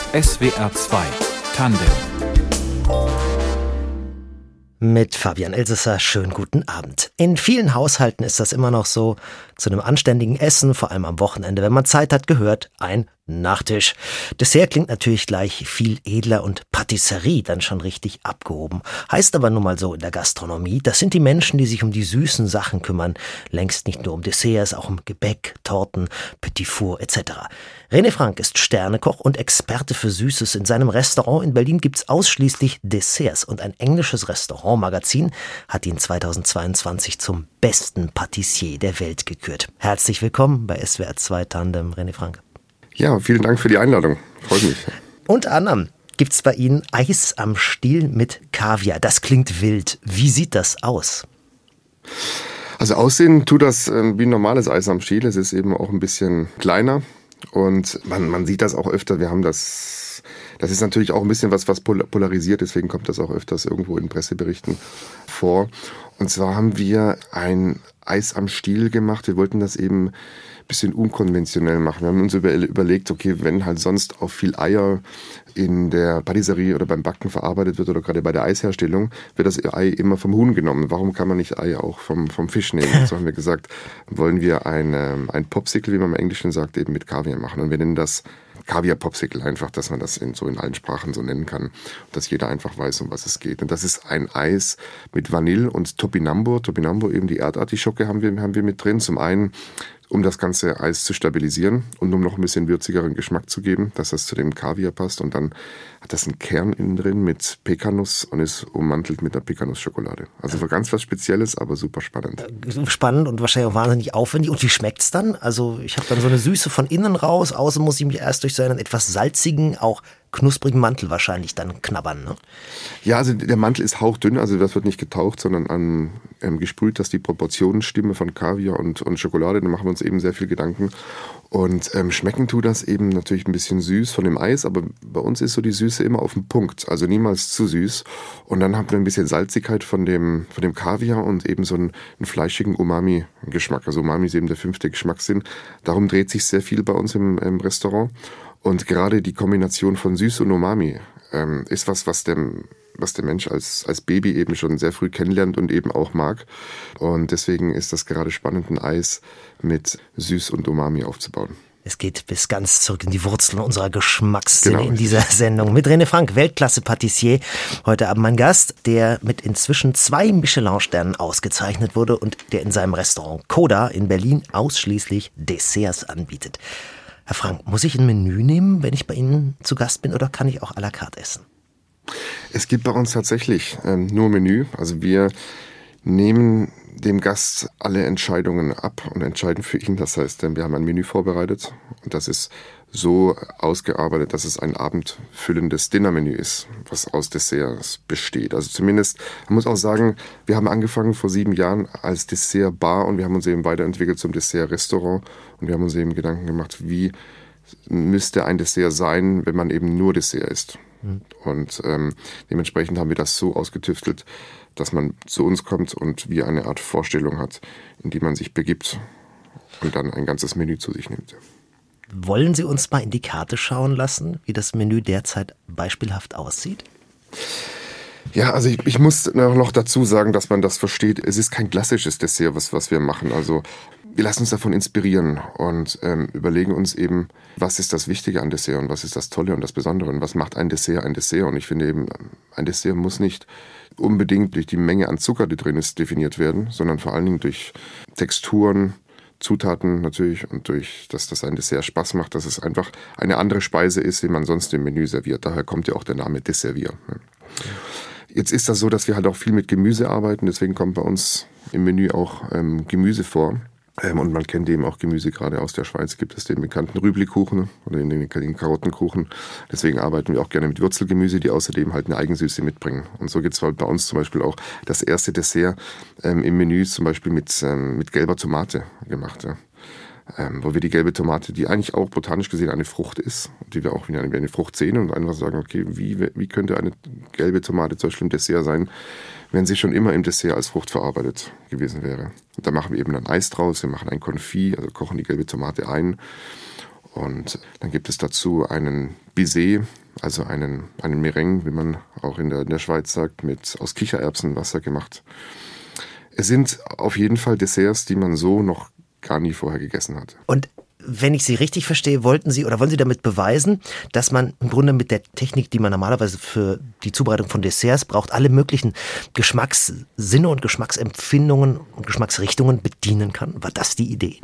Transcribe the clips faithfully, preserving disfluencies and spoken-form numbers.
S W R zwei Tandem. Mit Fabian Elsässer, schönen guten Abend. In vielen Haushalten ist das immer noch so. Zu einem anständigen Essen, vor allem am Wochenende, wenn man Zeit hat, gehört ein Nachtisch. Dessert klingt natürlich gleich viel edler und Patisserie dann schon richtig abgehoben. Heißt aber nun mal so in der Gastronomie, das sind die Menschen, die sich um die süßen Sachen kümmern. Längst nicht nur um Desserts, auch um Gebäck, Torten, Petit Four et cetera. René Frank ist Sternekoch und Experte für Süßes. In seinem Restaurant in Berlin gibt's ausschließlich Desserts und ein englisches Restaurantmagazin hat ihn zweitausendzweiundzwanzig zum besten Patissier der Welt gekürt. Herzlich willkommen bei S W R zwei Tandem, René Frank. Ja, vielen Dank für die Einladung. Freut mich. Unter anderem gibt's bei Ihnen Eis am Stiel mit Kaviar. Das klingt wild. Wie sieht das aus? Also aussehen tut das äh, wie ein normales Eis am Stiel. Es ist eben auch ein bisschen kleiner und man, man sieht das auch öfter. Wir haben das, das ist natürlich auch ein bisschen was, was polarisiert. Deswegen kommt das auch öfters irgendwo in Presseberichten vor. Und zwar haben wir ein Eis am Stiel gemacht. Wir wollten das eben bisschen unkonventionell machen. Wir haben uns über, überlegt, okay, wenn halt sonst auch viel Eier in der Patisserie oder beim Backen verarbeitet wird oder gerade bei der Eisherstellung, wird das Ei immer vom Huhn genommen. Warum kann man nicht Ei auch vom, vom Fisch nehmen? So haben wir gesagt, wollen wir ein, ein Popsicle, wie man im Englischen sagt, eben mit Kaviar machen. Und wir nennen das Kaviar-Popsicle einfach, dass man das in, so in allen Sprachen so nennen kann, dass jeder einfach weiß, um was es geht. Und das ist ein Eis mit Vanille und Topinambur. Topinambur, eben die Erdartischocke haben wir, haben wir mit drin. Zum einen, um das ganze Eis zu stabilisieren und um noch ein bisschen würzigeren Geschmack zu geben, dass das zu dem Kaviar passt. Und dann hat das einen Kern innen drin mit Pekanuss und ist ummantelt mit einer Pekanuss-Schokolade. Also war ganz was Spezielles, aber super spannend. Spannend und wahrscheinlich auch wahnsinnig aufwendig. Und wie schmeckt's dann? Also ich habe dann so eine Süße von innen raus, außen muss ich mich erst durch so einen etwas salzigen, auch knusprigen Mantel wahrscheinlich dann knabbern, ne? Ja, also der Mantel ist hauchdünn, also das wird nicht getaucht, sondern an, ähm, gesprüht, dass die Proportionen stimmen von Kaviar und, und Schokolade. Da machen wir uns eben sehr viel Gedanken. Und ähm, schmecken tut das eben natürlich ein bisschen süß von dem Eis, aber bei uns ist so die Süße immer auf dem Punkt, also niemals zu süß. Und dann haben wir ein bisschen Salzigkeit von dem, von dem Kaviar und eben so einen, einen fleischigen Umami-Geschmack. Also Umami ist eben der fünfte Geschmackssinn. Darum dreht sich sehr viel bei uns im, im Restaurant. Und gerade die Kombination von Süß und Umami ähm, ist was, was dem was der Mensch als, als Baby eben schon sehr früh kennenlernt und eben auch mag. Und deswegen ist das gerade spannend, ein Eis mit Süß und Umami aufzubauen. Es geht bis ganz zurück in die Wurzeln unserer Geschmackssinne genau, in dieser Sendung. Mit René Frank, Weltklasse-Patissier. Heute Abend mein Gast, der mit inzwischen zwei Michelin-Sternen ausgezeichnet wurde und der in seinem Restaurant Coda in Berlin ausschließlich Desserts anbietet. Herr Frank, muss ich ein Menü nehmen, wenn ich bei Ihnen zu Gast bin, oder kann ich auch à la carte essen? Es gibt bei uns tatsächlich ähm, nur Menü. Also wir nehmen dem Gast alle Entscheidungen ab und entscheiden für ihn. Das heißt, wir haben ein Menü vorbereitet und das ist so ausgearbeitet, dass es ein abendfüllendes Dinnermenü ist, was aus Desserts besteht. Also zumindest, man muss auch sagen, wir haben angefangen vor sieben Jahren als Dessertbar und wir haben uns eben weiterentwickelt zum Dessertrestaurant und wir haben uns eben Gedanken gemacht, wie müsste ein Dessert sein, wenn man eben nur Dessert isst. Mhm. Und ähm, dementsprechend haben wir das so ausgetüftelt, dass man zu uns kommt und wie eine Art Vorstellung hat, in die man sich begibt und dann ein ganzes Menü zu sich nimmt. Wollen Sie uns mal in die Karte schauen lassen, wie das Menü derzeit beispielhaft aussieht? Ja, also ich, ich muss noch dazu sagen, dass man das versteht. Es ist kein klassisches Dessert, was, was wir machen. Also wir lassen uns davon inspirieren und ähm, überlegen uns eben, was ist das Wichtige an Dessert und was ist das Tolle und das Besondere und was macht ein Dessert ein Dessert. Und ich finde eben, ein Dessert muss nicht unbedingt durch die Menge an Zucker, die drin ist, definiert werden, sondern vor allen Dingen durch Texturen, Zutaten natürlich und durch, dass das ein Dessert Spaß macht, dass es einfach eine andere Speise ist, wie man sonst im Menü serviert. Daher kommt ja auch der Name Desservier. Jetzt ist das so, dass wir halt auch viel mit Gemüse arbeiten, deswegen kommt bei uns im Menü auch ähm, Gemüse vor. Ähm, und man kennt eben auch Gemüse, gerade aus der Schweiz gibt es den bekannten Rüblikuchen oder den, den, den Karottenkuchen. Deswegen arbeiten wir auch gerne mit Wurzelgemüse, die außerdem halt eine Eigensüße mitbringen. Und so gibt es halt bei uns zum Beispiel auch das erste Dessert ähm, im Menü zum Beispiel mit, ähm, mit gelber Tomate gemacht. Ja. Ähm, wo wir die gelbe Tomate, die eigentlich auch botanisch gesehen eine Frucht ist, die wir auch wie eine, wie eine Frucht sehen und einfach sagen, okay, wie, wie könnte eine gelbe Tomate zum Beispiel im Dessert sein, wenn sie schon immer im Dessert als Frucht verarbeitet gewesen wäre. Und da machen wir eben dann Eis draus, wir machen ein Confit, also kochen die gelbe Tomate ein Und dann gibt es dazu einen Baiser, also einen, einen Meringue, wie man auch in der, in der Schweiz sagt, mit aus Kichererbsenwasser gemacht. Es sind auf jeden Fall Desserts, die man so noch gar nie vorher gegessen hat. Und wenn ich Sie richtig verstehe, wollten Sie oder wollen Sie damit beweisen, dass man im Grunde mit der Technik, die man normalerweise für die Zubereitung von Desserts braucht, alle möglichen Geschmackssinne und Geschmacksempfindungen und Geschmacksrichtungen bedienen kann? War das die Idee?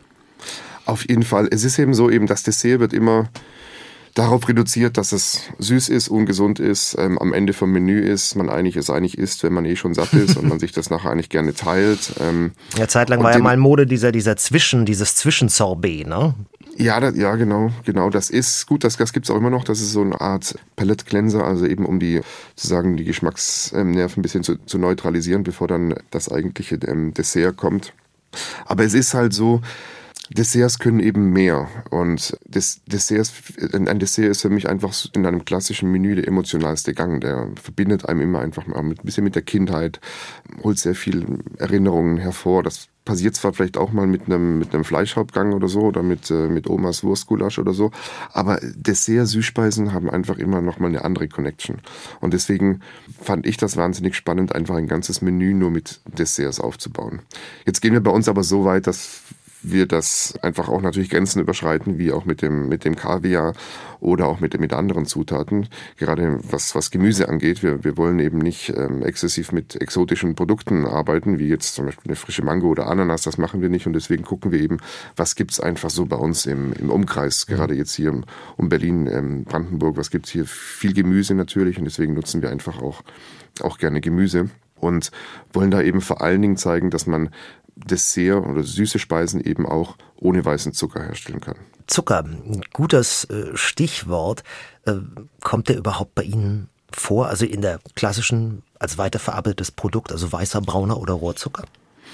Auf jeden Fall. Es ist eben so, eben das Dessert wird immer darauf reduziert, dass es süß ist, ungesund ist, ähm, am Ende vom Menü ist, man eigentlich es eigentlich isst, wenn man eh schon satt ist und man sich das nachher eigentlich gerne teilt. Ähm, ja, zeitlang war ja mal Mode dieser, dieser Zwischen, dieses Zwischensorbet, ne? Ja, das, ja, genau, genau. Das ist gut, das, das gibt es auch immer noch. Das ist so eine Art Palette Cleanser, also eben um die, sozusagen die Geschmacksnerven ein bisschen zu, zu neutralisieren, bevor dann das eigentliche ähm, Dessert kommt. Aber es ist halt so, Desserts können eben mehr und das Desserts, ein Dessert ist für mich einfach in einem klassischen Menü der emotionalste Gang. Der verbindet einem immer einfach mal mit, ein bisschen mit der Kindheit, holt sehr viel Erinnerungen hervor. Das passiert zwar vielleicht auch mal mit einem, mit einem Fleischhauptgang oder so oder mit, mit Omas Wurstgulasch oder so, aber Dessert-Süßspeisen haben einfach immer noch mal eine andere Connection. Und deswegen fand ich das wahnsinnig spannend, einfach ein ganzes Menü nur mit Desserts aufzubauen. Jetzt gehen wir bei uns aber so weit, dass wir das einfach auch natürlich Grenzen überschreiten, wie auch mit dem, mit dem Kaviar oder auch mit, mit anderen Zutaten. Gerade was, was Gemüse angeht. Wir, wir wollen eben nicht ähm, exzessiv mit exotischen Produkten arbeiten, wie jetzt zum Beispiel eine frische Mango oder Ananas. Das machen wir nicht und deswegen gucken wir eben, was gibt's einfach so bei uns im, im Umkreis, gerade jetzt hier um Berlin, ähm, Brandenburg. Was gibt's hier? Viel Gemüse natürlich und deswegen nutzen wir einfach auch, auch gerne Gemüse und wollen da eben vor allen Dingen zeigen, dass man Dessert oder süße Speisen eben auch ohne weißen Zucker herstellen kann. Zucker, ein gutes Stichwort. Kommt der überhaupt bei Ihnen vor? Also in der klassischen, als weiterverarbeitetes Produkt, also weißer, brauner oder Rohrzucker?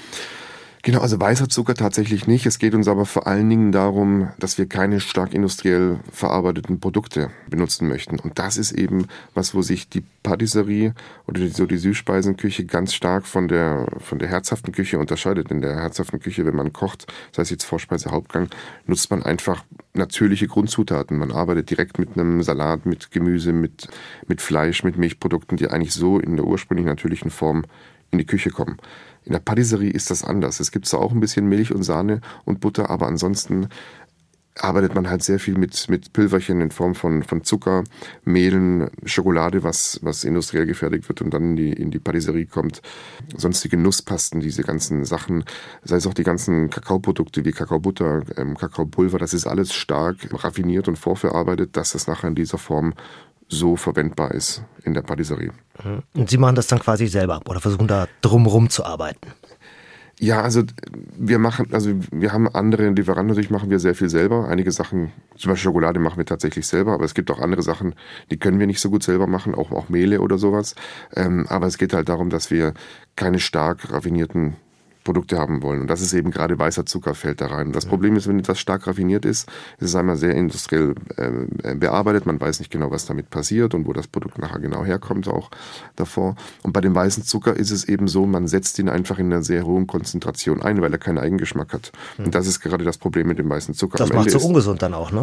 Genau, also weißer Zucker tatsächlich nicht. Es geht uns aber vor allen Dingen darum, dass wir keine stark industriell verarbeiteten Produkte benutzen möchten. Und das ist eben was, wo sich die Patisserie oder so die Süßspeisenküche ganz stark von der, von der herzhaften Küche unterscheidet. In der herzhaften Küche, wenn man kocht, das heißt jetzt Vorspeise, Hauptgang, nutzt man einfach natürliche Grundzutaten. Man arbeitet direkt mit einem Salat, mit Gemüse, mit, mit Fleisch, mit Milchprodukten, die eigentlich so in der ursprünglich natürlichen Form in die Küche kommen. In der Patisserie ist das anders. Es gibt zwar auch ein bisschen Milch und Sahne und Butter, aber ansonsten arbeitet man halt sehr viel mit, mit Pülverchen in Form von, von Zucker, Mehlen, Schokolade, was, was industriell gefertigt wird und dann in die, in die Patisserie kommt. Sonstige Nusspasten, diese ganzen Sachen, sei es auch die ganzen Kakaoprodukte wie Kakaobutter, ähm, Kakaopulver, das ist alles stark raffiniert und vorverarbeitet, dass das nachher in dieser Form so verwendbar ist in der Patisserie. Und Sie machen das dann quasi selber oder versuchen da drumherum zu arbeiten? Ja, also wir machen, also wir haben andere Lieferanten, natürlich machen wir sehr viel selber. Einige Sachen, zum Beispiel Schokolade machen wir tatsächlich selber, aber es gibt auch andere Sachen, die können wir nicht so gut selber machen, auch, auch Mehle oder sowas. Ähm, aber es geht halt darum, dass wir keine stark raffinierten Produkte haben wollen. Und das ist eben gerade weißer Zucker fällt da rein. Und das Problem ist, wenn etwas stark raffiniert ist, ist es einmal sehr industriell äh, bearbeitet. Man weiß nicht genau, was damit passiert und wo das Produkt nachher genau herkommt auch davor. Und bei dem weißen Zucker ist es eben so, man setzt ihn einfach in einer sehr hohen Konzentration ein, weil er keinen Eigengeschmack hat. Mhm. Und das ist gerade das Problem mit dem weißen Zucker. Das macht so ungesund dann auch, ne?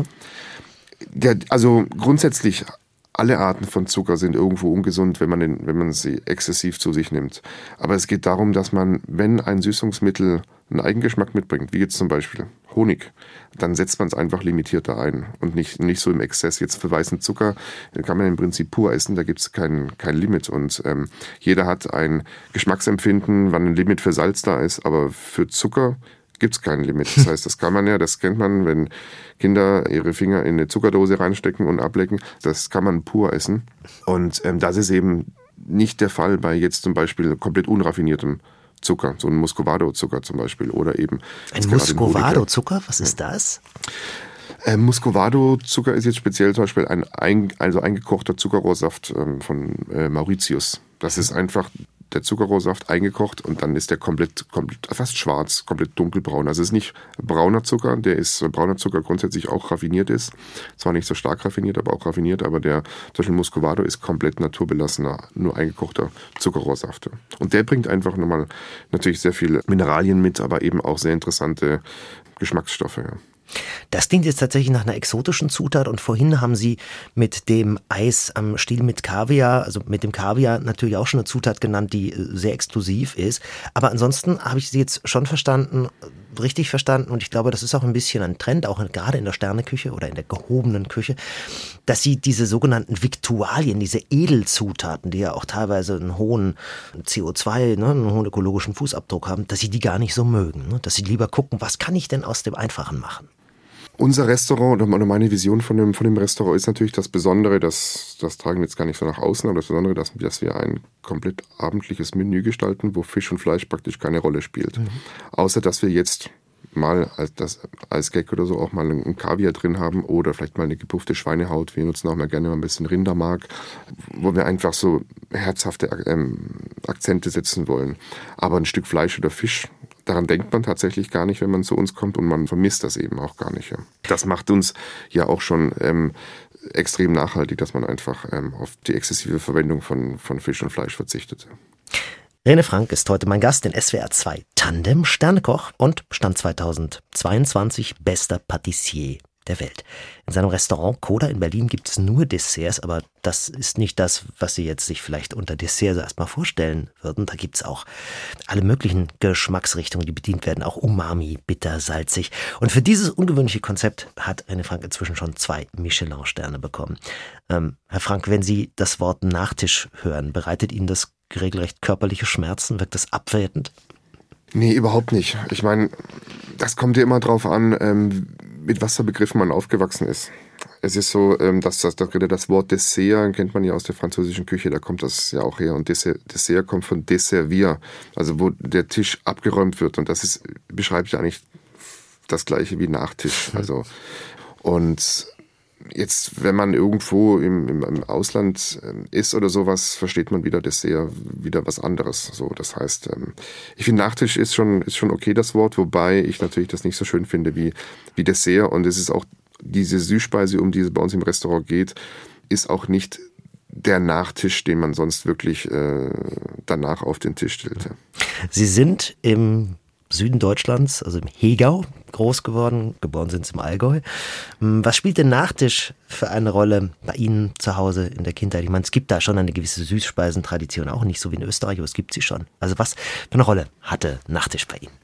Der, also grundsätzlich alle Arten von Zucker sind irgendwo ungesund, wenn man, den, wenn man sie exzessiv zu sich nimmt. Aber es geht darum, dass man, wenn ein Süßungsmittel einen Eigengeschmack mitbringt, wie jetzt zum Beispiel Honig, dann setzt man es einfach limitierter ein und nicht, nicht so im Exzess. Jetzt für weißen Zucker kann man im Prinzip pur essen, da gibt es kein, kein Limit. Und ähm, jeder hat ein Geschmacksempfinden, wann ein Limit für Salz da ist, aber für Zucker gibt es kein Limit. Das heißt, das kann man ja, das kennt man, wenn Kinder ihre Finger in eine Zuckerdose reinstecken und ablecken. Das kann man pur essen. Und ähm, das ist eben nicht der Fall bei jetzt zum Beispiel komplett unraffiniertem Zucker, so ein Muscovado-Zucker zum Beispiel. Oder eben ein Muscovado-Zucker? Was ist das? Äh, Muscovado-Zucker ist jetzt speziell zum Beispiel ein, ein also eingekochter Zuckerrohrsaft ähm, von äh, Mauritius. Das ist einfach der Zuckerrohrsaft eingekocht und dann ist der komplett, komplett fast schwarz, komplett dunkelbraun. Also es ist nicht brauner Zucker, der ist brauner Zucker grundsätzlich auch raffiniert ist. Zwar nicht so stark raffiniert, aber auch raffiniert, aber der zum Beispiel Muscovado ist komplett naturbelassener, nur eingekochter Zuckerrohrsaft. Und der bringt einfach nochmal natürlich sehr viele Mineralien mit, aber eben auch sehr interessante Geschmacksstoffe. Ja. Das klingt jetzt tatsächlich nach einer exotischen Zutat und vorhin haben Sie mit dem Eis am Stiel mit Kaviar, also mit dem Kaviar natürlich auch schon eine Zutat genannt, die sehr exklusiv ist. Aber ansonsten habe ich Sie jetzt schon verstanden, richtig verstanden und ich glaube, das ist auch ein bisschen ein Trend, auch gerade in der Sterneküche oder in der gehobenen Küche, dass Sie diese sogenannten Viktualien, diese Edelzutaten, die ja auch teilweise einen hohen C O zwei, ne, einen hohen ökologischen Fußabdruck haben, dass Sie die gar nicht so mögen, ne? Dass Sie lieber gucken, was kann ich denn aus dem Einfachen machen? Unser Restaurant oder meine Vision von dem, von dem Restaurant ist natürlich das Besondere, das, das tragen wir jetzt gar nicht so nach außen, aber das Besondere, dass, dass wir ein komplett abendliches Menü gestalten, wo Fisch und Fleisch praktisch keine Rolle spielt. Mhm. Außer, dass wir jetzt mal als, das, als Gag oder so auch mal ein Kaviar drin haben oder vielleicht mal eine gepuffte Schweinehaut. Wir nutzen auch mal gerne mal ein bisschen Rindermark, wo wir einfach so herzhafte ähm, Akzente setzen wollen. Aber ein Stück Fleisch oder Fisch, daran denkt man tatsächlich gar nicht, wenn man zu uns kommt und man vermisst das eben auch gar nicht. Ja. Das macht uns ja auch schon ähm, extrem nachhaltig, dass man einfach ähm, auf die exzessive Verwendung von, von Fisch und Fleisch verzichtet. René Frank ist heute mein Gast in S W R zwei Tandem Sternekoch und Stand zweitausendzweiundzwanzig bester Patissier der Welt. In seinem Restaurant Coda in Berlin gibt es nur Desserts, aber das ist nicht das, was Sie jetzt sich vielleicht unter Dessert so erstmal vorstellen würden. Da gibt es auch alle möglichen Geschmacksrichtungen, die bedient werden, auch Umami, bitter, salzig. Und für dieses ungewöhnliche Konzept hat René Frank inzwischen schon zwei Michelin-Sterne bekommen. Ähm, Herr Frank, wenn Sie das Wort Nachtisch hören, bereitet Ihnen das regelrecht körperliche Schmerzen? Wirkt das abwertend? Nee, überhaupt nicht. Ich meine, das kommt ja immer drauf an, ähm, mit was für Begriffen man aufgewachsen ist. Es ist so, ähm, dass das, das, das Wort Dessert kennt man ja aus der französischen Küche, da kommt das ja auch her. Und Dessert, Dessert kommt von desservir, also wo der Tisch abgeräumt wird. Und das ist, beschreibt ja eigentlich das Gleiche wie Nachtisch. Also, und jetzt, wenn man irgendwo im, im, im Ausland ist oder sowas, versteht man wieder Dessert, wieder was anderes. So, das heißt, ich finde Nachtisch ist schon, ist schon okay, das Wort, wobei ich natürlich das nicht so schön finde wie, wie Dessert. Und es ist auch diese Süßspeise, um die es bei uns im Restaurant geht, ist auch nicht der Nachtisch, den man sonst wirklich äh, danach auf den Tisch stellt. Ja. Sie sind im Süden Deutschlands, also im Hegau, groß geworden. Geboren sind Sie im Allgäu. Was spielt denn Nachtisch für eine Rolle bei Ihnen zu Hause in der Kindheit? Ich meine, es gibt da schon eine gewisse Süßspeisentradition, auch nicht so wie in Österreich, aber es gibt sie schon. Also was für eine Rolle hatte Nachtisch bei Ihnen?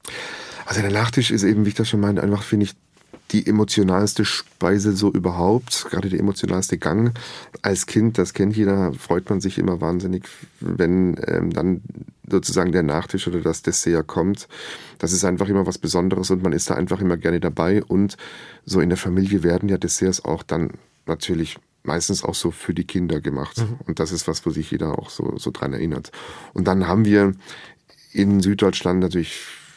Also der Nachtisch ist eben, wie ich das schon meinte, einfach, finde ich, die emotionalste Speise so überhaupt, gerade der emotionalste Gang. Als Kind, das kennt jeder, freut man sich immer wahnsinnig, wenn ähm, dann sozusagen der Nachtisch oder das Dessert kommt. Das ist einfach immer was Besonderes und man ist da einfach immer gerne dabei. Und so in der Familie werden ja Desserts auch dann natürlich meistens auch so für die Kinder gemacht. Mhm. Und das ist was, wo sich jeder auch so, so dran erinnert. Und dann haben wir in Süddeutschland natürlich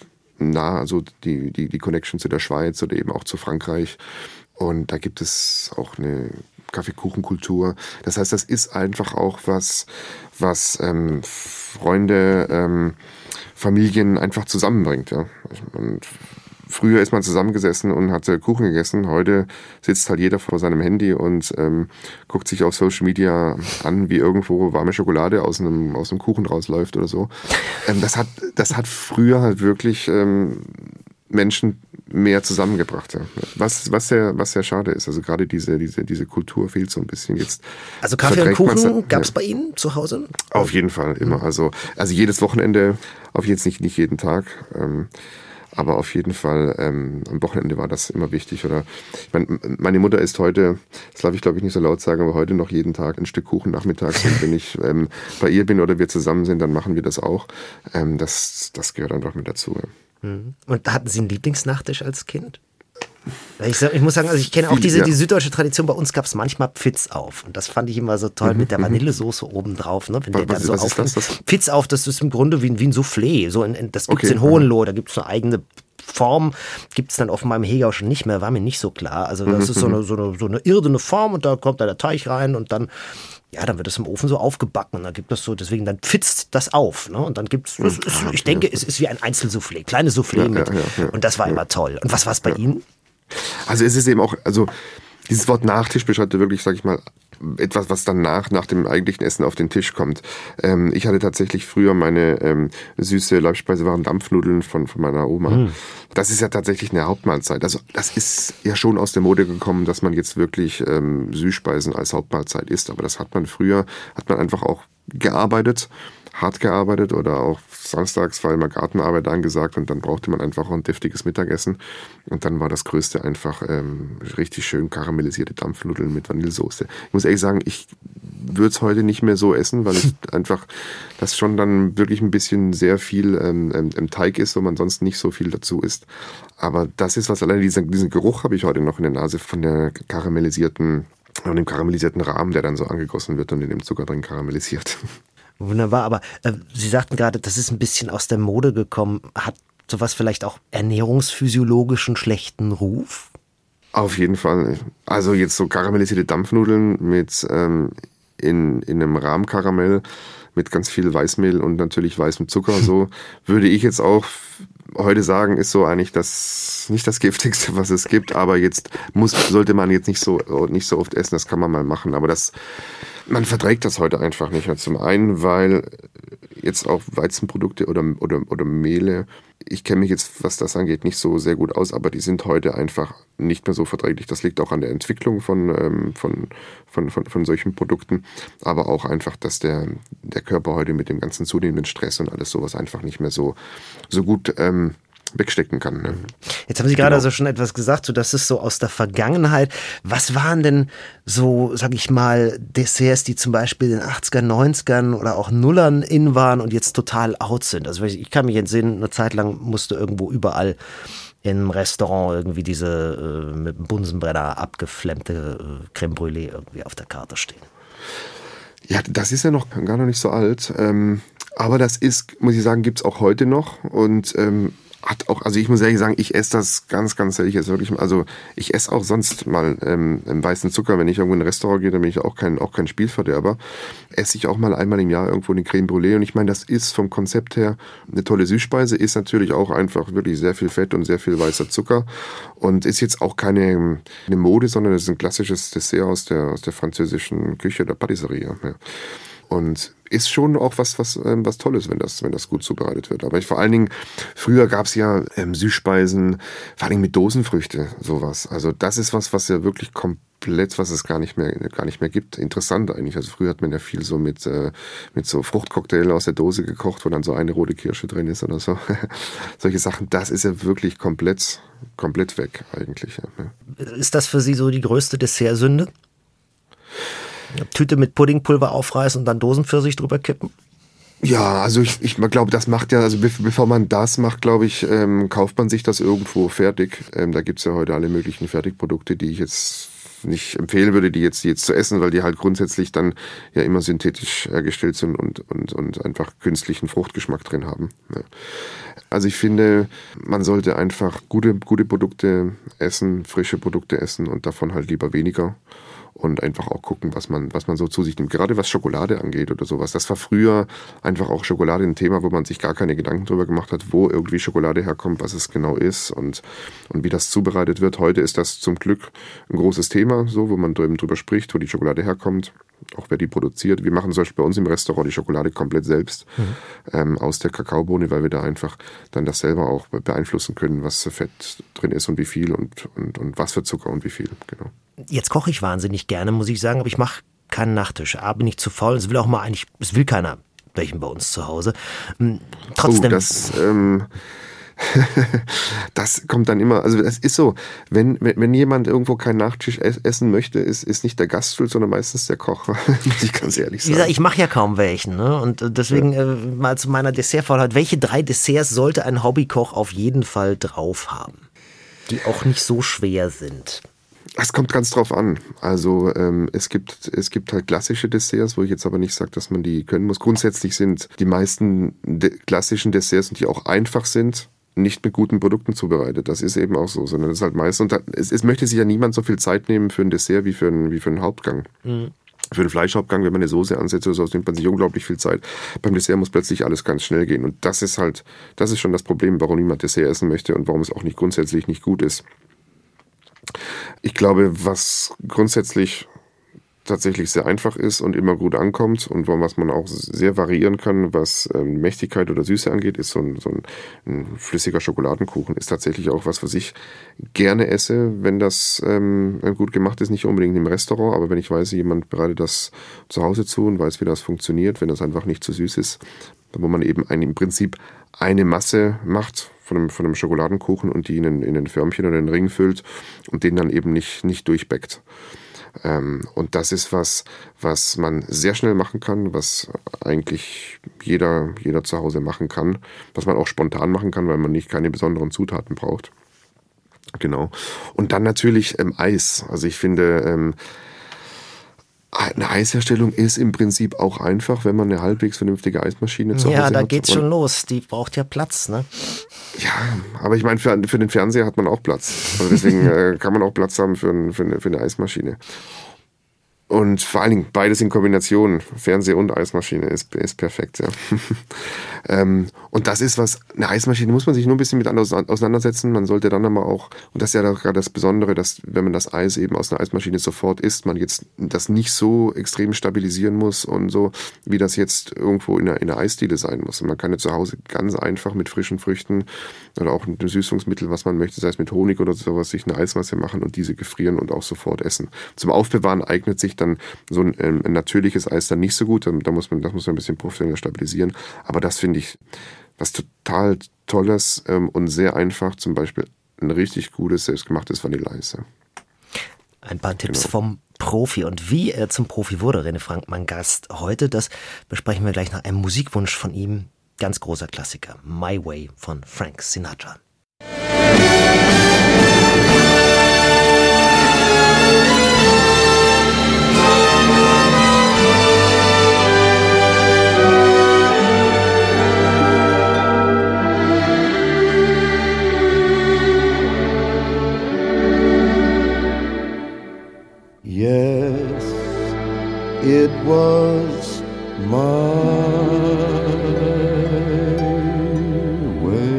nah, also die, die, die Connection zu der Schweiz oder eben auch zu Frankreich. Und da gibt es auch eine Kaffeekuchenkultur. Das heißt, das ist einfach auch was, was ähm, Freunde, ähm, Familien einfach zusammenbringt. Ja. Und früher ist man zusammengesessen und hatte Kuchen gegessen. Heute sitzt halt jeder vor seinem Handy und ähm, guckt sich auf Social Media an, wie irgendwo warme Schokolade aus einem, aus einem Kuchen rausläuft oder so. Ähm, das hat, das hat früher halt wirklich ähm, Menschen mehr zusammengebracht. Ja. Was, was, sehr, was sehr schade ist. Also gerade diese, diese, diese Kultur fehlt so ein bisschen jetzt. Also Kaffee und Kuchen gab es ja bei Ihnen zu Hause? Auf jeden Fall, immer. Also, also jedes Wochenende, auf jetzt nicht, nicht jeden Tag. Ähm, Aber auf jeden Fall, ähm, am Wochenende war das immer wichtig. Oder ich mein, meine Mutter isst heute, das darf ich glaube ich nicht so laut sagen, aber heute noch jeden Tag ein Stück Kuchen nachmittags. Und wenn ich ähm, bei ihr bin oder wir zusammen sind, dann machen wir das auch. Ähm, das, das gehört einfach mit dazu. Ja. Und hatten Sie einen Lieblingsnachtisch als Kind? Ich, ich muss sagen, also ich kenne auch diese, ja. die süddeutsche Tradition. Bei uns gab es manchmal Pfitz auf. Und das fand ich immer so toll, mhm, mit der Vanillesoße oben drauf. Ne? Wenn was, der dann so was auf, ist das, das? Pfitz auf, das ist im Grunde wie, wie ein Soufflé. So in, in, das gibt es Okay. in Hohenlohe, da gibt es eine eigene Form, gibt es dann offenbar im Hegau schon nicht mehr, war mir nicht so klar. Also das mhm, ist so eine, so, eine, so eine irdene Form und da kommt da der Teig rein und dann ja, dann wird es im Ofen so aufgebacken und dann gibt es so, deswegen dann pfitzt das auf, ne? Und dann gibt es, ich denke, es ist wie ein Einzelsoufflé, kleines Soufflé ja, mit. Ja, ja, ja, und das war ja. immer toll. Und was war es bei ja. Ihnen? Also es ist eben auch, also dieses Wort Nachtisch beschreibt ja wirklich, sag ich mal, etwas, was dann nach, nach dem eigentlichen Essen auf den Tisch kommt. Ähm, ich hatte tatsächlich früher meine ähm, süße Leibspeise waren Dampfnudeln von, von meiner Oma. Mm. Das ist ja tatsächlich eine Hauptmahlzeit. Also das ist ja schon aus der Mode gekommen, dass man jetzt wirklich ähm, Süßspeisen als Hauptmahlzeit isst. Aber das hat man früher, hat man einfach auch gearbeitet, hart gearbeitet oder auch samstags war immer Gartenarbeit angesagt und dann brauchte man einfach auch ein deftiges Mittagessen und dann war das Größte einfach ähm, richtig schön karamellisierte Dampfnudeln mit Vanillesoße. Ich muss ehrlich sagen, ich würde es heute nicht mehr so essen, weil ich einfach, das schon dann wirklich ein bisschen sehr viel ähm, im Teig ist, wo man sonst nicht so viel dazu isst. Aber das ist was, alleine diesen, diesen Geruch habe ich heute noch in der Nase von der karamellisierten, von dem karamellisierten Rahmen, der dann so angegossen wird und in dem Zucker drin karamellisiert. Wunderbar, aber äh, Sie sagten gerade, das ist ein bisschen aus der Mode gekommen. Hat sowas vielleicht auch ernährungsphysiologischen schlechten Ruf? Auf jeden Fall. Also jetzt so karamellisierte Dampfnudeln mit ähm, in, in einem Rahmkaramell mit ganz viel Weißmehl und natürlich weißem Zucker. So würde ich jetzt auch heute sagen, ist so eigentlich das nicht das Giftigste, was es gibt. Aber jetzt muss sollte man jetzt nicht so nicht so oft essen. Das kann man mal machen. Aber das man verträgt das heute einfach nicht mehr. Zum einen, weil jetzt auch Weizenprodukte oder, oder, oder Mehle, ich kenne mich jetzt, was das angeht, nicht so sehr gut aus, aber die sind heute einfach nicht mehr so verträglich. Das liegt auch an der Entwicklung von, ähm, von, von, von, von solchen Produkten, aber auch einfach, dass der, der Körper heute mit dem ganzen zunehmenden Stress und alles sowas einfach nicht mehr so, so gut ähm, wegstecken kann. Ne? Jetzt haben Sie gerade genau. also schon etwas gesagt, so das ist so aus der Vergangenheit. Was waren denn so, sag ich mal, Desserts, die zum Beispiel in den achtzigern, neunzigern oder auch Nullern in waren und jetzt total out sind? Also ich kann mich entsinnen, eine Zeit lang musste irgendwo überall im Restaurant irgendwie diese äh, mit dem Bunsenbrenner abgeflammte äh, Crème Brûlée irgendwie auf der Karte stehen. Ja, das ist ja noch gar noch nicht so alt. Ähm, aber das ist, muss ich sagen, gibt's auch heute noch und ähm, hat auch, also ich muss ehrlich sagen, ich esse das ganz, ganz selten. Jetzt wirklich, also ich esse auch sonst mal ähm, einen weißen Zucker, wenn ich irgendwo in ein Restaurant gehe, dann bin ich auch kein, auch kein Spielverderber. Esse ich auch mal einmal im Jahr irgendwo eine Crème Brûlée und ich meine, das ist vom Konzept her eine tolle Süßspeise, ist natürlich auch einfach wirklich sehr viel Fett und sehr viel weißer Zucker und ist jetzt auch keine eine Mode, sondern es ist ein klassisches Dessert aus der, aus der französischen Küche, der Patisserie. Ja. Und ist schon auch was, was, ähm, was Tolles, wenn das, wenn das gut zubereitet wird. Aber ich, vor allen Dingen, früher gab es ja ähm, Süßspeisen, vor allen Dingen mit Dosenfrüchte, sowas. Also das ist was, was ja wirklich komplett, was es gar nicht mehr, gar nicht mehr gibt. Interessant eigentlich. Also früher hat man ja viel so mit, äh, mit so Fruchtcocktail aus der Dose gekocht, wo dann so eine rote Kirsche drin ist oder so. Solche Sachen, das ist ja wirklich komplett, komplett weg eigentlich. Ja. Ist das für Sie so die größte Dessertsünde? Tüte mit Puddingpulver aufreißen und dann Dosenpfirsich drüber kippen? Ja, also ich, ich glaube, das macht ja, also bevor man das macht, glaube ich, ähm, kauft man sich das irgendwo fertig. Ähm, da gibt's ja heute alle möglichen Fertigprodukte, die ich jetzt nicht empfehlen würde, die jetzt, die jetzt zu essen, weil die halt grundsätzlich dann ja immer synthetisch hergestellt sind und, und, und einfach künstlichen Fruchtgeschmack drin haben. Ja. Also ich finde, man sollte einfach gute, gute Produkte essen, frische Produkte essen und davon halt lieber weniger. Und einfach auch gucken, was man, was man so zu sich nimmt. Gerade was Schokolade angeht oder sowas. Das war früher einfach auch Schokolade ein Thema, wo man sich gar keine Gedanken drüber gemacht hat, wo irgendwie Schokolade herkommt, was es genau ist und, und wie das zubereitet wird. Heute ist das zum Glück ein großes Thema, so, wo man drüber spricht, wo die Schokolade herkommt, auch wer die produziert. Wir machen zum Beispiel bei uns im Restaurant die Schokolade komplett selbst mhm. ähm, aus der Kakaobohne, weil wir da einfach dann das selber auch beeinflussen können, was für Fett drin ist und wie viel und, und, und was für Zucker und wie viel, genau. Jetzt koche ich wahnsinnig gerne, muss ich sagen, aber ich mache keinen Nachtisch. A, bin ich zu faul, es will auch mal eigentlich, es will keiner welchen bei uns zu Hause. Trotzdem. Oh, das, ähm, das kommt dann immer, also es ist so, wenn, wenn, wenn jemand irgendwo keinen Nachtisch essen möchte, ist, ist nicht der Gast schuld, sondern meistens der Koch, muss ich ganz ehrlich sagen. Wie gesagt, ich mache ja kaum welchen, ne? Und deswegen ja. äh, mal zu meiner Dessertfaulheit. Welche drei Desserts sollte ein Hobbykoch auf jeden Fall drauf haben, die auch nicht so schwer sind? Es kommt ganz drauf an. Also ähm, es gibt es gibt halt klassische Desserts, wo ich jetzt aber nicht sage, dass man die können muss. Grundsätzlich sind die meisten de- klassischen Desserts, die auch einfach sind, nicht mit guten Produkten zubereitet. Das ist eben auch so, sondern das ist halt meistens. Und da, es, es möchte sich ja niemand so viel Zeit nehmen für ein Dessert wie für einen, wie für einen Hauptgang. Mhm. Für einen Fleischhauptgang, wenn man eine Soße ansetzt oder so, nimmt man sich unglaublich viel Zeit. Beim Dessert muss plötzlich alles ganz schnell gehen. Und das ist halt, das ist schon das Problem, warum niemand Dessert essen möchte und warum es auch nicht grundsätzlich nicht gut ist. Ich glaube, was grundsätzlich tatsächlich sehr einfach ist und immer gut ankommt und was man auch sehr variieren kann, was ähm, Mächtigkeit oder Süße angeht, ist so ein, so ein, ein flüssiger Schokoladenkuchen. Ist tatsächlich auch was, was ich gerne esse, wenn das ähm, gut gemacht ist. Nicht unbedingt im Restaurant, aber wenn ich weiß, jemand bereitet das zu Hause zu und weiß, wie das funktioniert, wenn das einfach nicht zu süß ist, wo man eben ein, im Prinzip eine Masse macht von einem, von einem Schokoladenkuchen und die in ein, in ein Förmchen oder einen Ring füllt und den dann eben nicht, nicht durchbäckt. Ähm, und das ist was, was man sehr schnell machen kann, was eigentlich jeder, jeder zu Hause machen kann, was man auch spontan machen kann, weil man nicht keine besonderen Zutaten braucht. Genau. Und dann natürlich ähm, Eis. Also ich finde, ähm, eine Eisherstellung ist im Prinzip auch einfach, wenn man eine halbwegs vernünftige Eismaschine zu Hause hat. Ja, da geht's schon los. Die braucht ja Platz, ne? Ja, aber ich meine, für, für den Fernseher hat man auch Platz. Also deswegen äh, kann man auch Platz haben für, ein, für, eine, für eine Eismaschine. Und vor allen Dingen beides in Kombination, Fernseher und Eismaschine, ist, ist perfekt. Ja. ähm, und das ist was, eine Eismaschine muss man sich nur ein bisschen mit auseinandersetzen. Man sollte dann aber auch, und das ist ja gerade das Besondere, dass wenn man das Eis eben aus einer Eismaschine sofort isst, man jetzt das nicht so extrem stabilisieren muss und so, wie das jetzt irgendwo in einer, in einer Eisdiele sein muss. Und man kann ja zu Hause ganz einfach mit frischen Früchten oder auch mit einem Süßungsmittel, was man möchte, sei es mit Honig oder sowas, sich eine Eismasse machen und diese gefrieren und auch sofort essen. Zum Aufbewahren eignet sich dann so ein, ähm, ein natürliches Eis dann nicht so gut. Da, da muss man, das muss man ein bisschen professioneller stabilisieren. Aber das finde ich was total Tolles ähm, und sehr einfach. Zum Beispiel ein richtig gutes, selbstgemachtes Vanilleeis. Ein paar Tipps Genau. vom Profi. Und wie er zum Profi wurde, René Frank, mein Gast heute, das besprechen wir gleich nach einem Musikwunsch von ihm. Ganz großer Klassiker. My Way von Frank Sinatra. Yes, it was my way.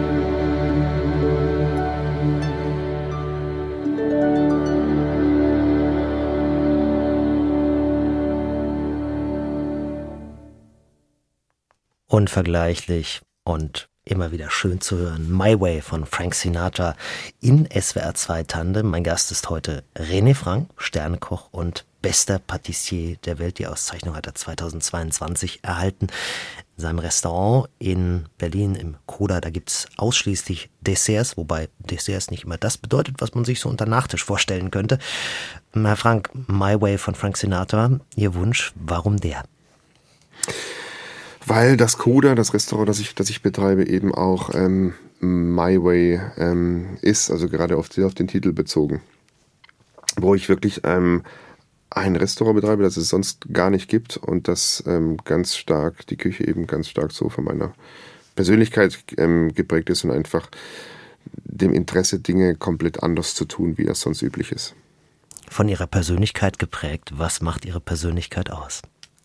Unvergleichlich und immer wieder schön zu hören. My Way von Frank Sinatra in S W R zwei Tandem. Mein Gast ist heute René Frank, Sternekoch und bester Patissier der Welt. Die Auszeichnung hat er zweitausendzweiundzwanzig erhalten. In seinem Restaurant in Berlin im Koda, da gibt es ausschließlich Desserts, wobei Desserts nicht immer das bedeutet, was man sich so unter Nachtisch vorstellen könnte. Herr Frank, My Way von Frank Sinatra, Ihr Wunsch, warum der? Weil das Koda, das Restaurant, das ich, das ich betreibe, eben auch ähm, My Way ähm, ist, also gerade auf, die, auf den Titel bezogen. Wo ich wirklich ähm, ein Restaurant betreibe, das es sonst gar nicht gibt und das ähm, ganz stark, die Küche eben ganz stark so von meiner Persönlichkeit ähm, geprägt ist und einfach dem Interesse, Dinge komplett anders zu tun, wie das sonst üblich ist. Von Ihrer Persönlichkeit geprägt, was macht Ihre Persönlichkeit aus?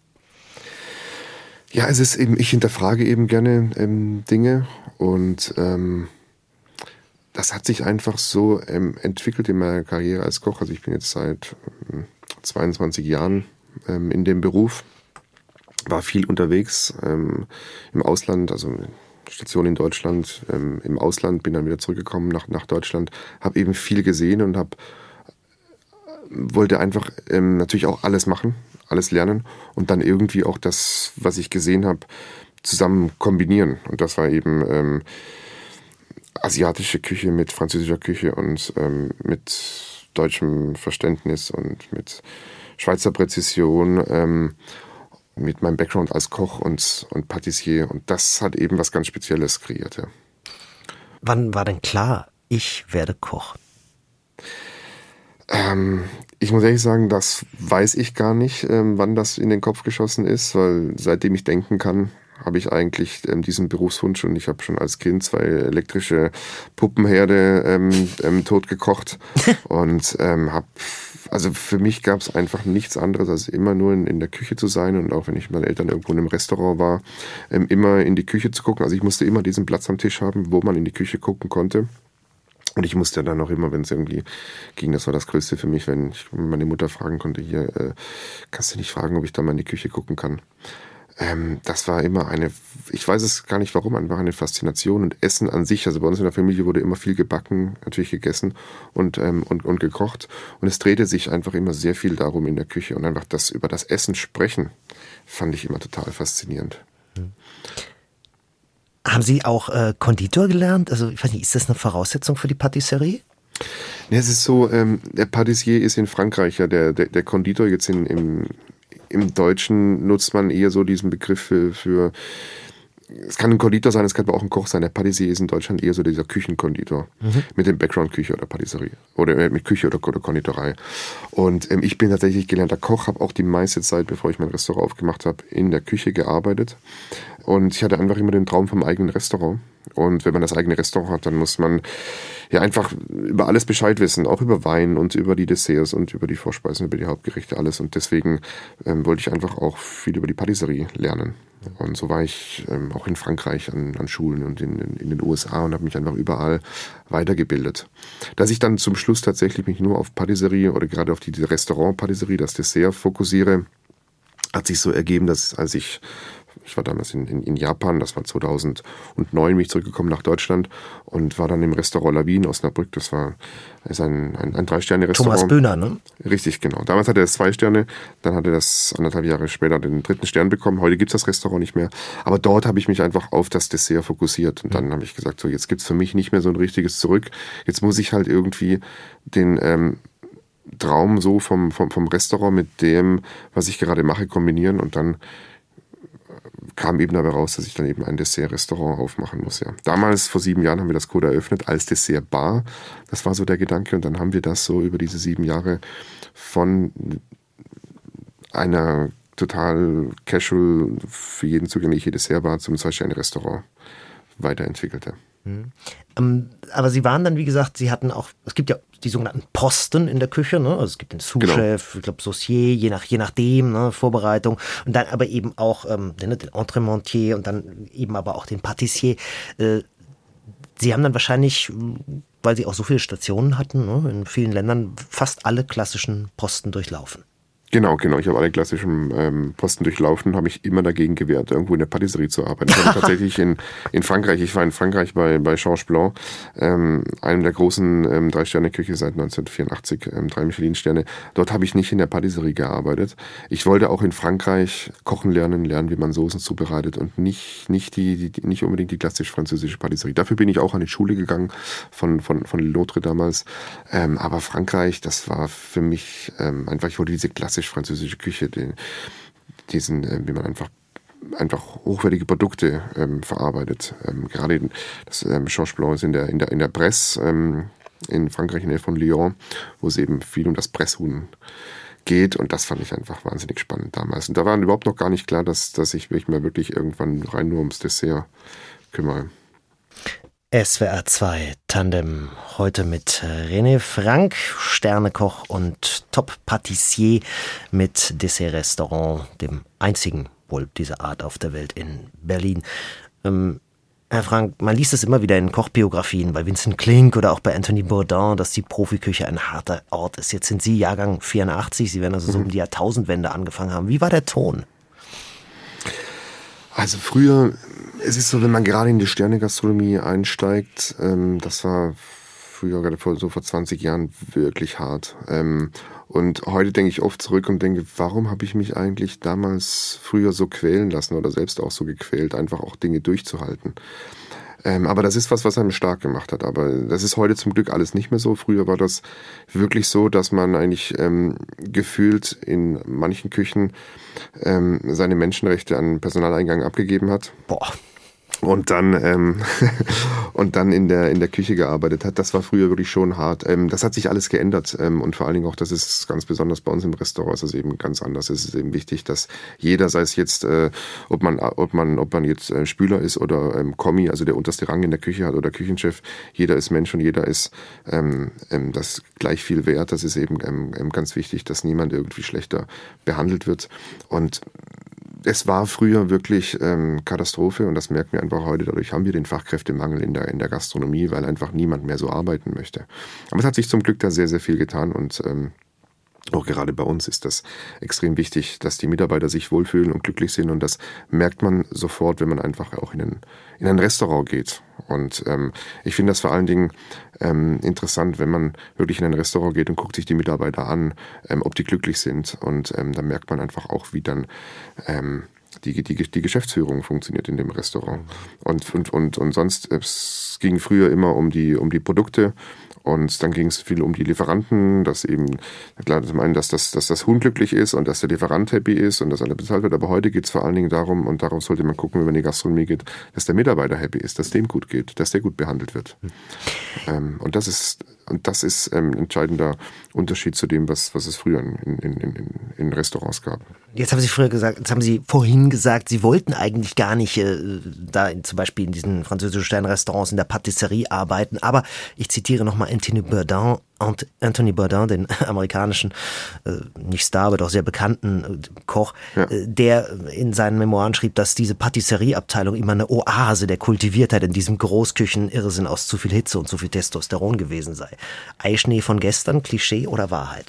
Ja, es ist eben, ich hinterfrage eben gerne ähm, Dinge und ähm, das hat sich einfach so ähm, entwickelt in meiner Karriere als Koch. Also ich bin jetzt seit ähm, zweiundzwanzig Jahren ähm, in dem Beruf, war viel unterwegs ähm, im Ausland, also Station in Deutschland, ähm, im Ausland, bin dann wieder zurückgekommen nach, nach Deutschland, habe eben viel gesehen und habe wollte einfach ähm, natürlich auch alles machen, alles lernen und dann irgendwie auch das, was ich gesehen habe, zusammen kombinieren. Und das war eben ähm, asiatische Küche mit französischer Küche und ähm, mit deutschem Verständnis und mit Schweizer Präzision, ähm, mit meinem Background als Koch und, und Patissier. Und das hat eben was ganz Spezielles kreiert. Ja. Wann war denn klar, ich werde Koch? Ähm, ich muss ehrlich sagen, das weiß ich gar nicht, ähm, wann das in den Kopf geschossen ist, weil seitdem ich denken kann, habe ich eigentlich ähm, diesen Berufswunsch und ich habe schon als Kind zwei elektrische Puppenherde ähm, ähm, totgekocht und ähm, habe, also für mich gab es einfach nichts anderes, als immer nur in, in der Küche zu sein und auch wenn ich mit meinen Eltern irgendwo in einem Restaurant war, ähm, immer in die Küche zu gucken. Also ich musste immer diesen Platz am Tisch haben, wo man in die Küche gucken konnte. Und ich musste dann auch immer, wenn es irgendwie ging, das war das Größte für mich, wenn ich meine Mutter fragen konnte, hier, äh, kannst du nicht fragen, ob ich da mal in die Küche gucken kann. Ähm, das war immer eine, ich weiß es gar nicht warum, einfach eine Faszination. Und Essen an sich, also bei uns in der Familie wurde immer viel gebacken, natürlich gegessen und, ähm, und, und gekocht. Und es drehte sich einfach immer sehr viel darum in der Küche. Und einfach das über das Essen sprechen, fand ich immer total faszinierend. Hm. Haben Sie auch äh, Konditor gelernt? Also ich weiß nicht, ist das eine Voraussetzung für die Patisserie? Ja, es ist so, ähm, der Patissier ist in Frankreich ja der, der, der Konditor. Jetzt in, im, im Deutschen nutzt man eher so diesen Begriff für, für es kann ein Konditor sein, es kann aber auch ein Koch sein. Der Patissier ist in Deutschland eher so dieser Küchenkonditor mhm. mit dem Background Küche oder Patisserie oder äh, mit Küche oder, oder Konditorei. Und ähm, ich bin tatsächlich gelernter Koch, habe auch die meiste Zeit, bevor ich mein Restaurant aufgemacht habe, in der Küche gearbeitet. Und ich hatte einfach immer den Traum vom eigenen Restaurant. Und wenn man das eigene Restaurant hat, dann muss man ja einfach über alles Bescheid wissen, auch über Wein und über die Desserts und über die Vorspeisen, über die Hauptgerichte, alles. Und deswegen ähm, wollte ich einfach auch viel über die Patisserie lernen. Und so war ich ähm, auch in Frankreich an, an Schulen und in, in, in den U S A und habe mich einfach überall weitergebildet. Dass ich dann zum Schluss tatsächlich mich nur auf Patisserie oder gerade auf die, die Restaurant-Patisserie, das Dessert fokussiere, hat sich so ergeben, dass als ich Ich war damals in, in, in Japan, das war zweitausendneun, bin ich zurückgekommen nach Deutschland und war dann im Restaurant La Vie in Osnabrück. Das war ist ein, ein, ein Drei-Sterne-Restaurant. Thomas Böhner, ne? Richtig, genau. Damals hatte er zwei Sterne, dann hatte er das anderthalb Jahre später den dritten Stern bekommen. Heute gibt es das Restaurant nicht mehr. Aber dort habe ich mich einfach auf das Dessert fokussiert. Und dann habe ich gesagt, so jetzt gibt es für mich nicht mehr so ein richtiges Zurück. Jetzt muss ich halt irgendwie den ähm, Traum so vom, vom, vom Restaurant mit dem, was ich gerade mache, kombinieren und dann kam eben dabei raus, dass ich dann eben ein Dessert-Restaurant aufmachen muss. Ja. Damals, vor sieben Jahren, haben wir das Code eröffnet als Dessert-Bar. Das war so der Gedanke. Und dann haben wir das so über diese sieben Jahre von einer total casual, für jeden zugängliche Dessertbar zum Zwei-Sterne-Restaurant weiterentwickelte. Mhm. Ähm, aber Sie waren dann, wie gesagt, Sie hatten auch, es gibt ja die sogenannten Posten in der Küche, ne? Also es gibt den Sous-Chef, genau. Ich glaube Saucier, je, nach, je nachdem, ne? Vorbereitung und dann aber eben auch ähm, den, den Entrementier und dann eben aber auch den Patissier. Äh, Sie haben dann wahrscheinlich, weil Sie auch so viele Stationen hatten, ne? In vielen Ländern fast alle klassischen Posten durchlaufen. Genau, genau. Ich habe alle klassischen ähm, Posten durchlaufen und habe mich immer dagegen gewehrt, irgendwo in der Patisserie zu arbeiten. Ich habe tatsächlich in, in Frankreich, ich war in Frankreich bei, bei Georges Blanc, ähm, einem der großen ähm, Drei-Sterne-Küche seit neunzehnhundertvierundachtzig, ähm, drei Michelin-Sterne. Dort habe ich nicht in der Patisserie gearbeitet. Ich wollte auch in Frankreich kochen lernen, lernen, wie man Soßen zubereitet und nicht, nicht, die, die, nicht unbedingt die klassisch-französische Patisserie. Dafür bin ich auch an die Schule gegangen, von, von, von L'Autre damals. Ähm, aber Frankreich, das war für mich ähm, einfach, ich wollte diese klassische französische Küche, den, diesen, äh, wie man einfach einfach hochwertige Produkte ähm, verarbeitet. Ähm, gerade das ähm, Georges Blanc ist in der in der in der Bresse ähm, in Frankreich in der Nähe von Lyon, wo es eben viel um das Presshuhn geht und das fand ich einfach wahnsinnig spannend damals. Und da war überhaupt noch gar nicht klar, dass dass ich mich mal wirklich irgendwann rein nur ums Dessert kümmere. S W R zwei Tandem heute mit René Frank, Sternekoch und Top-Patissier mit Dessert-Restaurant, dem einzigen wohl dieser Art auf der Welt in Berlin. Ähm, Herr Frank, man liest es immer wieder in Kochbiografien bei Vincent Klink oder auch bei Anthony Bourdain, dass die Profiküche ein harter Ort ist. Jetzt sind Sie Jahrgang vierundachtzig, Sie werden also so um die Jahrtausendwende angefangen haben. Wie war der Ton? Also früher, es ist so, wenn man gerade in die Sternegastronomie einsteigt, ähm, das war früher, gerade vor, so vor zwanzig Jahren, wirklich hart. Ähm, und heute denke ich oft zurück und denke, warum habe ich mich eigentlich damals früher so quälen lassen oder selbst auch so gequält, einfach auch Dinge durchzuhalten. Ähm, aber das ist was, was einem stark gemacht hat. Aber das ist heute zum Glück alles nicht mehr so. Früher war das wirklich so, dass man eigentlich ähm, gefühlt in manchen Küchen ähm, seine Menschenrechte an Personaleingang abgegeben hat. Boah. Und dann ähm, und dann in der in der Küche gearbeitet hat. Das war früher wirklich schon hart. Ähm, das hat sich alles geändert ähm, und vor allen Dingen auch, das ist ganz besonders bei uns im Restaurant, ist es eben ganz anders. Es ist eben wichtig, dass jeder, sei es jetzt, äh, ob man ob man ob man jetzt äh, Spüler ist oder ähm, Kommi, also der unterste Rang in der Küche hat oder Küchenchef, jeder ist Mensch und jeder ist ähm, ähm, das gleich viel wert. Das ist eben ähm, ganz wichtig, dass niemand irgendwie schlechter behandelt wird. Und es war früher wirklich ähm, Katastrophe und das merken wir einfach heute. Dadurch haben wir den Fachkräftemangel in der, in der Gastronomie, weil einfach niemand mehr so arbeiten möchte. Aber es hat sich zum Glück da sehr, sehr viel getan und ähm, auch gerade bei uns ist das extrem wichtig, dass die Mitarbeiter sich wohlfühlen und glücklich sind und das merkt man sofort, wenn man einfach auch in ein, in ein Restaurant geht. Und ähm, ich finde das vor allen Dingen ähm, interessant, wenn man wirklich in ein Restaurant geht und guckt sich die Mitarbeiter an, ähm, ob die glücklich sind und ähm, dann merkt man einfach auch, wie dann ähm, die, die, die Geschäftsführung funktioniert in dem Restaurant. Und, und, und, und sonst, es ging früher immer um die, um die Produkte. Und dann ging es viel um die Lieferanten, dass eben, klar, zum einen, dass das, dass das Huhn glücklich ist und dass der Lieferant happy ist und dass alles bezahlt wird. Aber heute geht es vor allen Dingen darum, und darauf sollte man gucken, wenn man in die Gastronomie geht, dass der Mitarbeiter happy ist, dass dem gut geht, dass der gut behandelt wird. Mhm. Ähm, und das ist, und das ist ähm, ein entscheidender Unterschied zu dem, was, was es früher in, in, in, in Restaurants gab. Jetzt haben Sie früher gesagt, jetzt haben Sie vorhin gesagt, Sie wollten eigentlich gar nicht äh, da in, zum Beispiel in diesen französischen Sternrestaurants in der Patisserie arbeiten. Aber ich zitiere nochmal Anthony Bourdain, Anthony Bourdain, den amerikanischen, äh, nicht Star, aber doch sehr bekannten äh, Koch, ja. äh, der in seinen Memoiren schrieb, dass diese Patisserieabteilung immer eine Oase der Kultiviertheit in diesem Großküchen-Irrsinn aus zu viel Hitze und zu viel Testosteron gewesen sei. Eischnee von gestern, Klischee oder Wahrheit?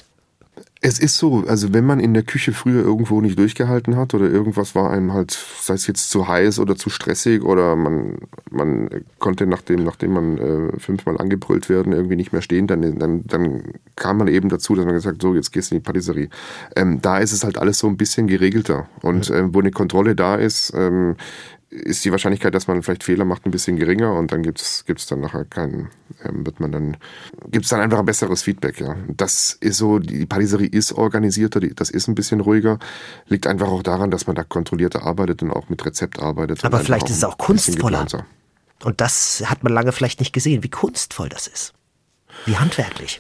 Es ist so, also wenn man in der Küche früher irgendwo nicht durchgehalten hat oder irgendwas war einem halt, sei es jetzt zu heiß oder zu stressig oder man, man konnte nachdem, nachdem man äh, fünfmal angebrüllt werden irgendwie nicht mehr stehen, dann, dann, dann kam man eben dazu, dass man gesagt hat, so jetzt gehst du in die Patisserie. Ähm, da ist es halt alles so ein bisschen geregelter und ähm, wo eine Kontrolle da ist, ähm, ist die Wahrscheinlichkeit, dass man vielleicht Fehler macht, ein bisschen geringer und dann gibt's gibt's dann nachher keinen, ähm, wird man dann gibt's dann einfach ein besseres Feedback, ja. Das ist so, die Patisserie ist organisierter, die, das ist ein bisschen ruhiger, liegt einfach auch daran, dass man da kontrollierter arbeitet und auch mit Rezept arbeitet. Aber vielleicht ist es auch kunstvoller. Und das hat man lange vielleicht nicht gesehen, wie kunstvoll das ist, wie handwerklich.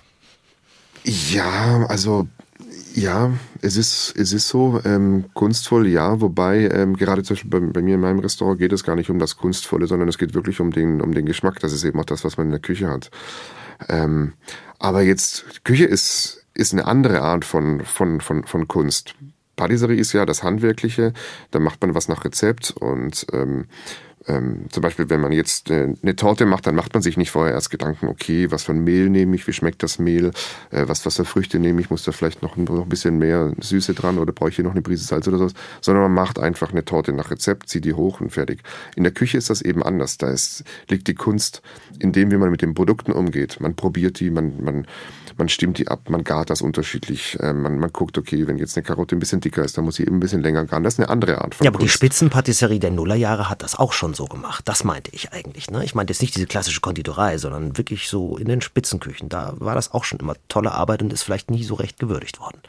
Ja, also ja, es ist, es ist so, ähm, kunstvoll, ja, wobei ähm, gerade zum Beispiel bei, bei mir in meinem Restaurant geht es gar nicht um das Kunstvolle, sondern es geht wirklich um den, um den Geschmack. Das ist eben auch das, was man in der Küche hat. Ähm, aber jetzt, Küche ist, ist eine andere Art von, von, von, von Kunst. Patisserie ist ja das Handwerkliche, da macht man was nach Rezept und ähm, Ähm, zum Beispiel, wenn man jetzt äh, eine Torte macht, dann macht man sich nicht vorher erst Gedanken, okay, was für ein Mehl nehme ich, wie schmeckt das Mehl, äh, was, was für Früchte nehme ich, muss da vielleicht noch, noch ein bisschen mehr Süße dran oder brauche ich hier noch eine Prise Salz oder sowas, sondern man macht einfach eine Torte nach Rezept, zieht die hoch und fertig. In der Küche ist das eben anders, da ist, liegt die Kunst in dem, wie man mit den Produkten umgeht. Man probiert die, man, man, man stimmt die ab, man gart das unterschiedlich, äh, man, man guckt, okay, wenn jetzt eine Karotte ein bisschen dicker ist, dann muss sie eben ein bisschen länger garen. Das ist eine andere Art von Ja, aber Kunst. die Spitzenpatisserie der Nullerjahre hat das auch schon so gemacht. Das meinte ich eigentlich. Ne? Ich meinte jetzt nicht diese klassische Konditorei, sondern wirklich so in den Spitzenküchen. Da war das auch schon immer tolle Arbeit und ist vielleicht nie so recht gewürdigt worden.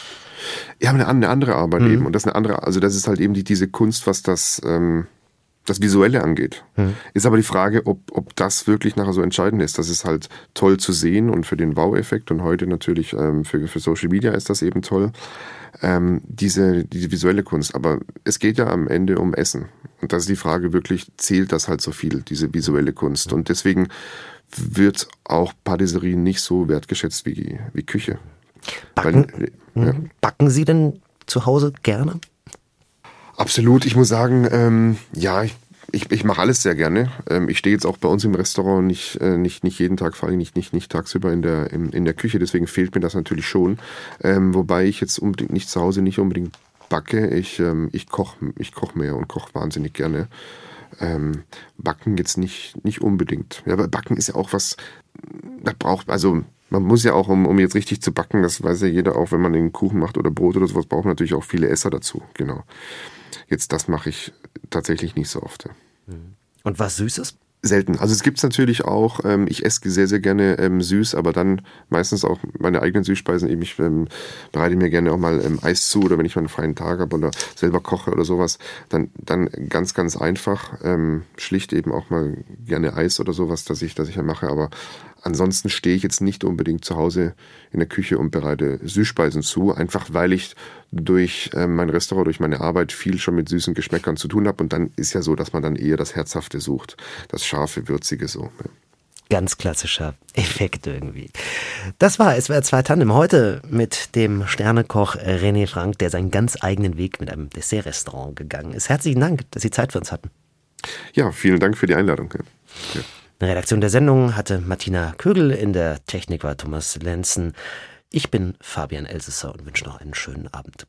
Ja, eine, eine andere Arbeit mhm. eben. Und das ist eine andere, also das ist halt eben die, diese Kunst, was das, ähm, das Visuelle angeht. Mhm. Ist aber die Frage, ob, ob das wirklich nachher so entscheidend ist. Das ist halt toll zu sehen und für den Wow-Effekt und heute natürlich ähm, für, für Social Media ist das eben toll. Ähm, diese, diese visuelle Kunst. Aber es geht ja am Ende um Essen. Und das ist die Frage wirklich, zählt das halt so viel, diese visuelle Kunst? Und deswegen wird auch Patisserie nicht so wertgeschätzt wie, wie Küche. Backen, Weil, ja. Backen Sie denn zu Hause gerne? Absolut. Ich muss sagen, ähm, ja, ich Ich, ich mache alles sehr gerne. Ähm, ich stehe jetzt auch bei uns im Restaurant nicht, äh, nicht, nicht jeden Tag, vor allem nicht, nicht, nicht tagsüber in der, in, in der Küche, deswegen fehlt mir das natürlich schon. Ähm, wobei ich jetzt unbedingt nicht zu Hause nicht unbedingt backe. Ich, ähm, ich koche ich koch mehr und koche wahnsinnig gerne. Ähm, Backen jetzt nicht, nicht unbedingt. Ja, aber Backen ist ja auch was, da braucht, also man muss ja auch, um, um jetzt richtig zu backen, das weiß ja jeder auch, wenn man einen Kuchen macht oder Brot oder sowas, braucht man natürlich auch viele Esser dazu, genau. Jetzt, das mache ich tatsächlich nicht so oft. Und was Süßes? Selten. Also es gibt es natürlich auch, ähm, ich esse sehr, sehr gerne ähm, süß, aber dann meistens auch meine eigenen Süßspeisen. Eben, ich ähm, bereite mir gerne auch mal ähm, Eis zu oder wenn ich mal einen freien Tag habe oder selber koche oder sowas, dann, dann ganz, ganz einfach, ähm, schlicht eben auch mal gerne Eis oder sowas, dass ich, dass ich ja mache, aber ansonsten stehe ich jetzt nicht unbedingt zu Hause in der Küche und bereite Süßspeisen zu, einfach weil ich durch äh, mein Restaurant, durch meine Arbeit viel schon mit süßen Geschmäckern zu tun habe und dann ist ja so, dass man dann eher das Herzhafte sucht, das Scharfe, Würzige so. Ja. ganz klassischer Effekt irgendwie. Das war S W R zwei Tandem heute mit dem Sternekoch René Frank, der seinen ganz eigenen Weg mit einem Dessertrestaurant gegangen ist. Herzlichen Dank, dass Sie Zeit für uns hatten. Ja, vielen Dank für die Einladung. Ja. Eine Redaktion der Sendung hatte Martina Kögel, in der Technik war Thomas Lenzen. Ich bin Fabian Elsesser und wünsche noch einen schönen Abend.